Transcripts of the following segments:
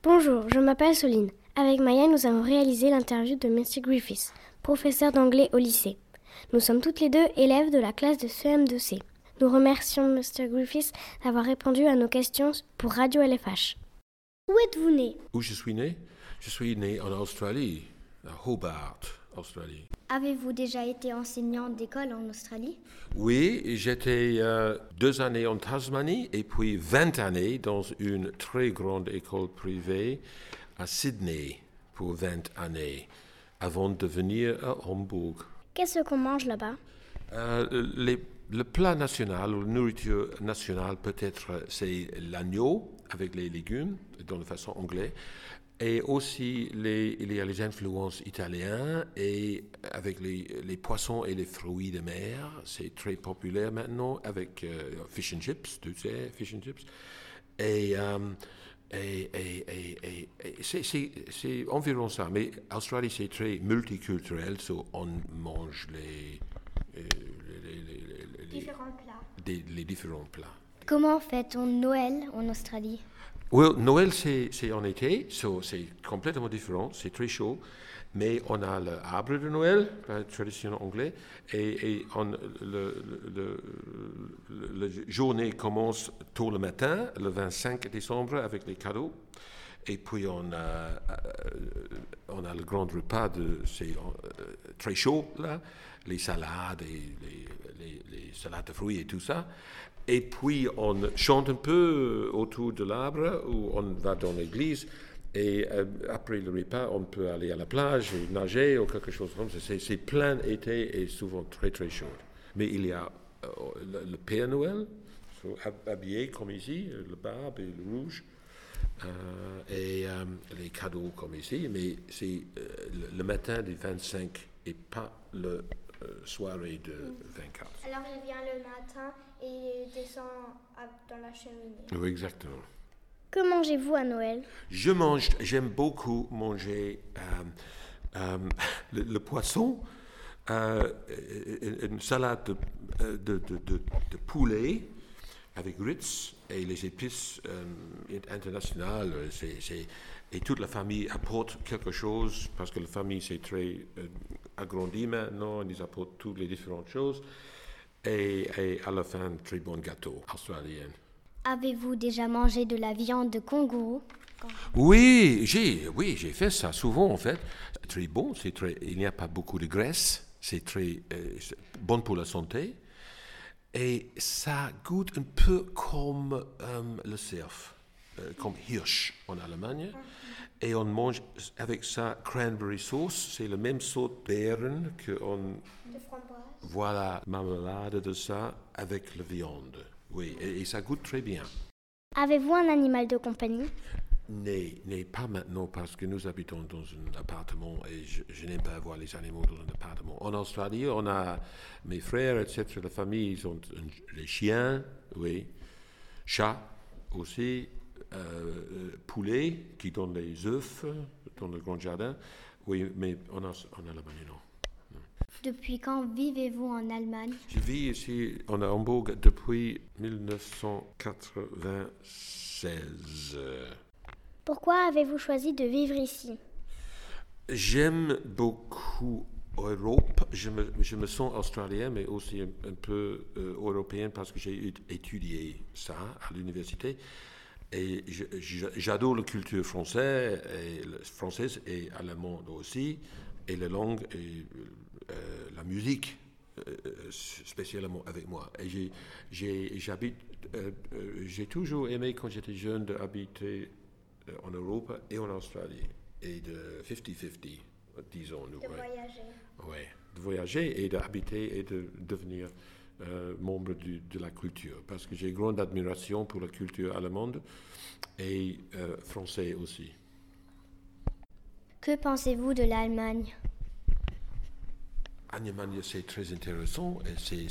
Bonjour, je m'appelle Soline. Avec Maya, nous avons réalisé l'interview de Mr. Griffiths, professeur d'anglais au lycée. Nous sommes toutes les deux élèves de la classe de CM2C. Nous remercions Mr. Griffiths d'avoir répondu à nos questions pour Radio LFH. Où êtes-vous né? Où je suis né? Je suis né en Australie, à Hobart, Australie. Avez-vous déjà été enseignant d'école en Australie? Oui, j'étais 2 années en Tasmanie et puis 20 années dans une très grande école privée à Sydney pour 20 années, avant de venir à Hambourg. Qu'est-ce qu'on mange là-bas? Le plat national, ou la nourriture nationale, peut-être, c'est l'agneau avec les légumes, dans la façon anglaise. Et aussi, il y a les influences italiennes et avec les poissons et les fruits de mer. C'est très populaire maintenant avec fish and chips, tu sais, fish and chips. Et c'est environ ça. Mais Australie, c'est très multiculturel, so on mange les différents plats. Comment fait-on Noël en Australie? Well, Noël, c'est en été, so c'est complètement différent, c'est très chaud, mais on a l'arbre de Noël, la tradition anglaise, et la journée commence tôt le matin, le 25 décembre, avec les cadeaux, et puis on a le grand repas, c'est très chaud, là, les salades, et les salades de fruits et tout ça. Et puis, on chante un peu autour de l'arbre, ou on va dans l'église, et après le repas, on peut aller à la plage, et nager, ou quelque chose comme ça. C'est plein été et souvent très, très chaud. Mais il y a le Père Noël, habillé comme ici, le barbe et le rouge, et les cadeaux comme ici, mais c'est le matin du 25 et pas le soirée de 24. Alors il vient le matin et descend dans la cheminée. Oui, exactement. Que mangez-vous à Noël? J'aime beaucoup manger le poisson, une salade de poulet avec Ritz et les épices internationales. Et toute la famille apporte quelque chose, parce que la famille c'est très agrandie maintenant, ils apportent toutes les différentes choses. Et à la fin, très bon gâteau australien. Avez-vous déjà mangé de la viande de kangourou? Oui, j'ai fait ça souvent en fait. Très bon, il n'y a pas beaucoup de graisse, c'est très bon pour la santé. Et ça goûte un peu comme le cerf, comme Hirsch en Allemagne. Et on mange avec ça cranberry sauce, c'est la même sauce beeren qu'on... De framboise. Voilà, marmelade de ça avec la viande. Oui, et ça goûte très bien. Avez-vous un animal de compagnie? Non, pas maintenant parce que nous habitons dans un appartement et je n'aime pas avoir les animaux dans un appartement. En Australie, on a mes frères, etc., la famille, ils ont les chiens, oui, chats aussi, poulets qui donnent les œufs dans le grand jardin. Oui, mais en Allemagne, non. Depuis quand vivez-vous en Allemagne? Je vis ici en Hambourg depuis 1996. Pourquoi avez-vous choisi de vivre ici? J'aime beaucoup l'Europe. Je me sens australien, mais aussi un peu européen parce que j'ai étudié ça à l'université. Et j'adore la culture française et allemande aussi, et la langue et la musique spécialement avec moi. Et j'ai toujours aimé quand j'étais jeune d'habiter en Europe et en Australie, et de 50-50, disons-nous. De voyager. Oui, de voyager et d'habiter et de devenir membre de la culture, parce que j'ai grande admiration pour la culture allemande et française aussi. Que pensez-vous de l'Allemagne? L'Allemagne, c'est très intéressant. Et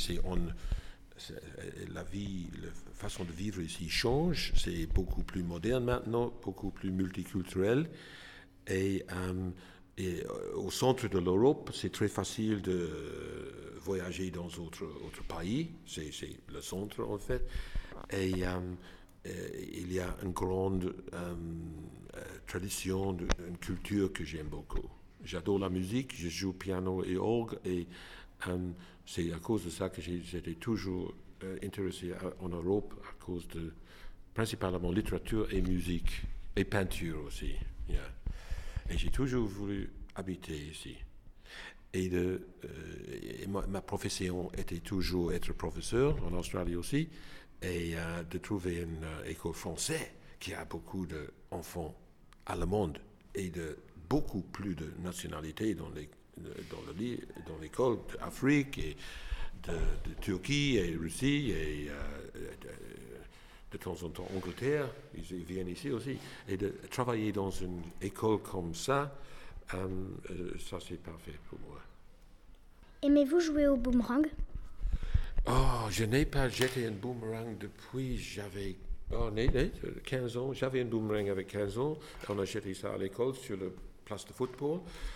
la vie, la façon de vivre ici change. C'est beaucoup plus moderne maintenant, beaucoup plus multiculturel. Et au centre de l'Europe, c'est très facile de voyager dans d'autres pays. C'est le centre, en fait. Et il y a une grande tradition, une culture que j'aime beaucoup. J'adore la musique, je joue piano et orgue, et c'est à cause de ça que j'étais toujours intéressé en Europe, à cause de principalement littérature et musique, et peinture aussi. Yeah. Et j'ai toujours voulu habiter ici. Et ma profession était toujours être professeur en Australie aussi, et de trouver une école française qui a beaucoup d'enfants allemands et de beaucoup plus de nationalités dans l'école d'Afrique et de Turquie et Russie et de temps en temps Angleterre, ils viennent ici aussi. Et de travailler dans une école comme ça, ça c'est parfait pour moi. Aimez-vous jouer au boomerang? Oh, je n'ai pas jeté un boomerang depuis j'avais 15 ans. J'avais un boomerang avec 15 ans. On a jeté ça à l'école sur la place de football.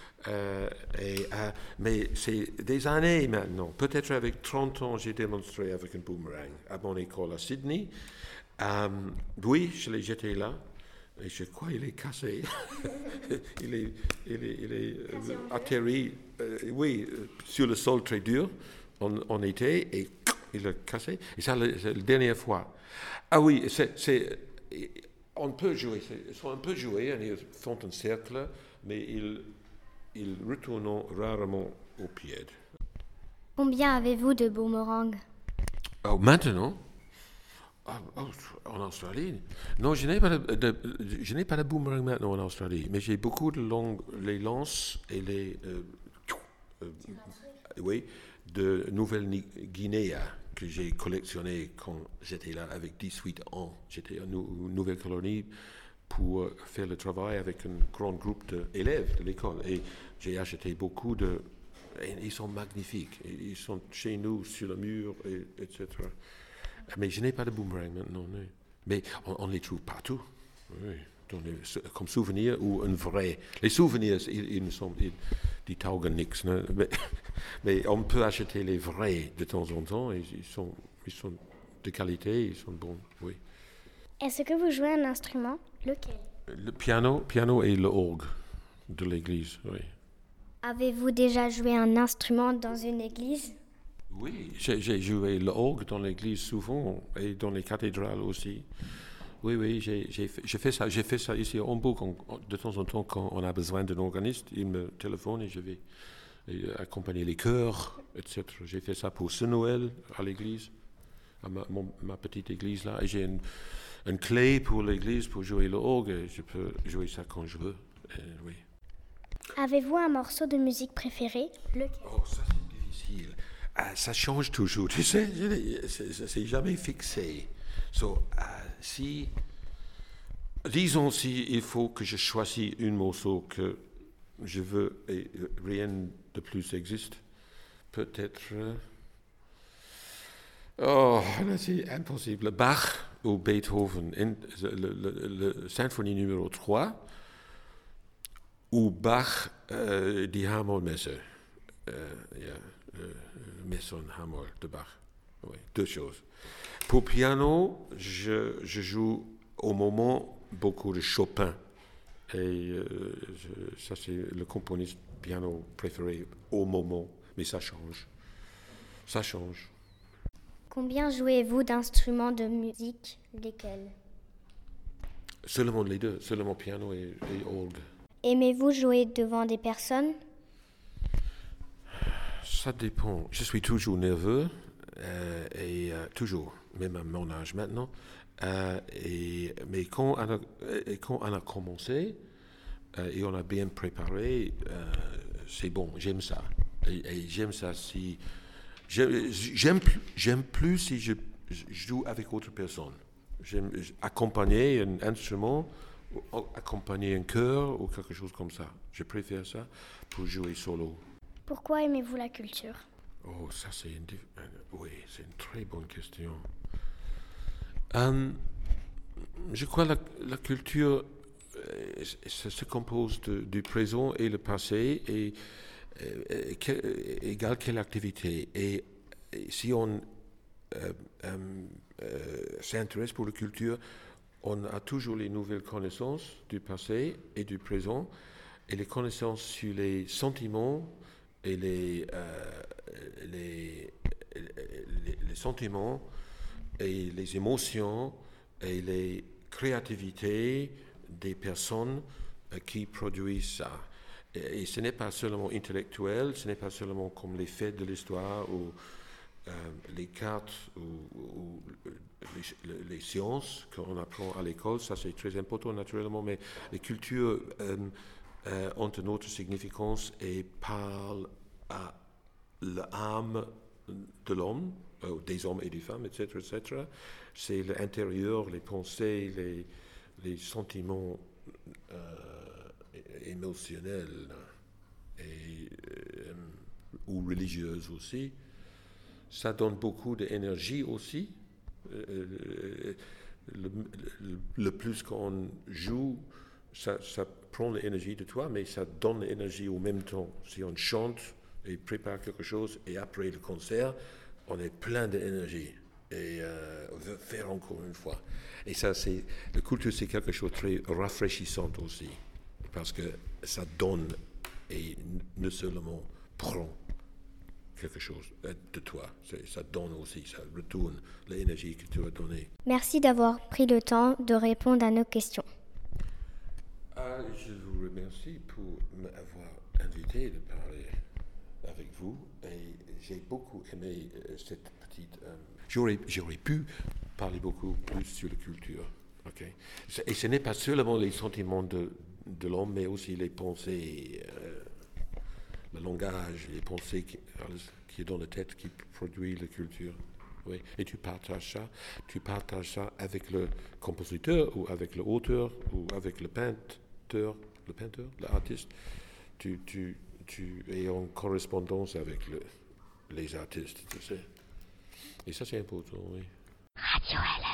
Mais c'est des années maintenant. Peut-être avec 30 ans, j'ai démontré avec un boomerang à mon école à Sydney. Oui, je l'ai jeté là. Et je crois qu'il est cassé. il est atterri, sur le sol très dur en été et il est cassé. Et ça, c'est la dernière fois. Ah oui, on peut jouer. On peut jouer, ils font un cercle, mais ils retournent rarement au pied. Combien avez-vous de boomerangs? Oh, maintenant? En Australie? Non, je n'ai pas de boomerang maintenant en Australie, mais j'ai beaucoup les lances et les de Nouvelle-Guinée que j'ai collectionné quand j'étais là avec 18 ans. J'étais en Nouvelle-Colonie pour faire le travail avec un grand groupe d'élèves de l'école et j'ai acheté beaucoup de... Et ils sont magnifiques, ils sont chez nous sur le mur, etc. Mais je n'ai pas de boomerang maintenant. Non. Mais on les trouve partout. Oui. Comme souvenir ou un vrai. Les souvenirs, ils taugen nichts. Mais on peut acheter les vrais de temps en temps. Et ils sont de qualité, ils sont bons. Oui. Est-ce que vous jouez un instrument? Lequel? Le piano et l'orgue de l'église. Oui. Avez-vous déjà joué un instrument dans une église? Oui, j'ai joué l'orgue dans l'église souvent et dans les cathédrales aussi. Oui, j'ai fait ça. J'ai fait ça ici à Hambourg de temps en temps quand on a besoin d'un organiste. Il me téléphone et je vais accompagner les chœurs, etc. J'ai fait ça pour ce Noël à l'église, à ma petite église là. Et j'ai une clé pour l'église pour jouer l'orgue. Et je peux jouer ça quand je veux. Oui. Avez-vous un morceau de musique préféré? Lequel? Oh, ça c'est difficile. Ça change toujours, tu sais, c'est jamais fixé. Disons si il faut que je choisisse un morceau que je veux et rien de plus existe, peut-être... là c'est impossible. Bach ou Beethoven, le symphonie numéro 3, ou Bach, die Hammond-Messe. Messon Hammond de Bach. Oui, deux choses. Pour piano, je joue au moment beaucoup de Chopin. Et ça, c'est le componiste piano préféré au moment. Mais ça change. Ça change. Combien jouez-vous d'instruments de musique? Lesquels? Seulement les deux. Seulement piano et orgue. Aimez-vous jouer devant des personnes? Ça dépend. Je suis toujours nerveux, toujours, même à mon âge maintenant. Mais quand on a commencé et on a bien préparé, c'est bon, j'aime ça. Et j'aime ça si... J'aime plus si je joue avec autre personne. J'aime accompagner un instrument, accompagner un chœur ou quelque chose comme ça. Je préfère ça pour jouer solo. Pourquoi aimez-vous la culture? Oh, ça c'est c'est une très bonne question. Je crois que la culture se compose du présent et le passé et égale quelle activité. Et si on s'intéresse pour la culture, on a toujours les nouvelles connaissances du passé et du présent, et les connaissances sur les sentiments et les sentiments et les émotions et les créativités des personnes qui produisent ça. Et ce n'est pas seulement intellectuel, ce n'est pas seulement comme les faits de l'histoire ou les cartes ou les sciences qu'on apprend à l'école, ça c'est très important naturellement, mais les cultures ont une autre significance et parlent à l'âme de l'homme, des hommes et des femmes, etc., etc. C'est l'intérieur, les pensées, les sentiments émotionnels ou religieux aussi. Ça donne beaucoup d'énergie aussi. Le plus qu'on joue, ça prend l'énergie de toi, mais ça donne l'énergie au même temps. Si on chante et prépare quelque chose, et après le concert, on est plein d'énergie. Et on veut faire encore une fois. Et ça, la culture, c'est quelque chose de très rafraîchissant aussi. Parce que ça donne et ne seulement prend quelque chose de toi. Ça donne aussi, ça retourne l'énergie que tu as donnée. Merci d'avoir pris le temps de répondre à nos questions. Je vous remercie pour m'avoir invité de parler avec vous. Et j'ai beaucoup aimé cette petite... J'aurais pu parler beaucoup plus sur la culture. Okay? Et ce n'est pas seulement les sentiments de l'homme, mais aussi les pensées, le langage, les pensées qui est dans la tête, qui produit la culture. Oui. Et tu partages ça avec le compositeur ou avec l'auteur ou avec le peintre, l'artiste. Tu es en correspondance avec les artistes, tu sais. Et ça, c'est important, oui. Radio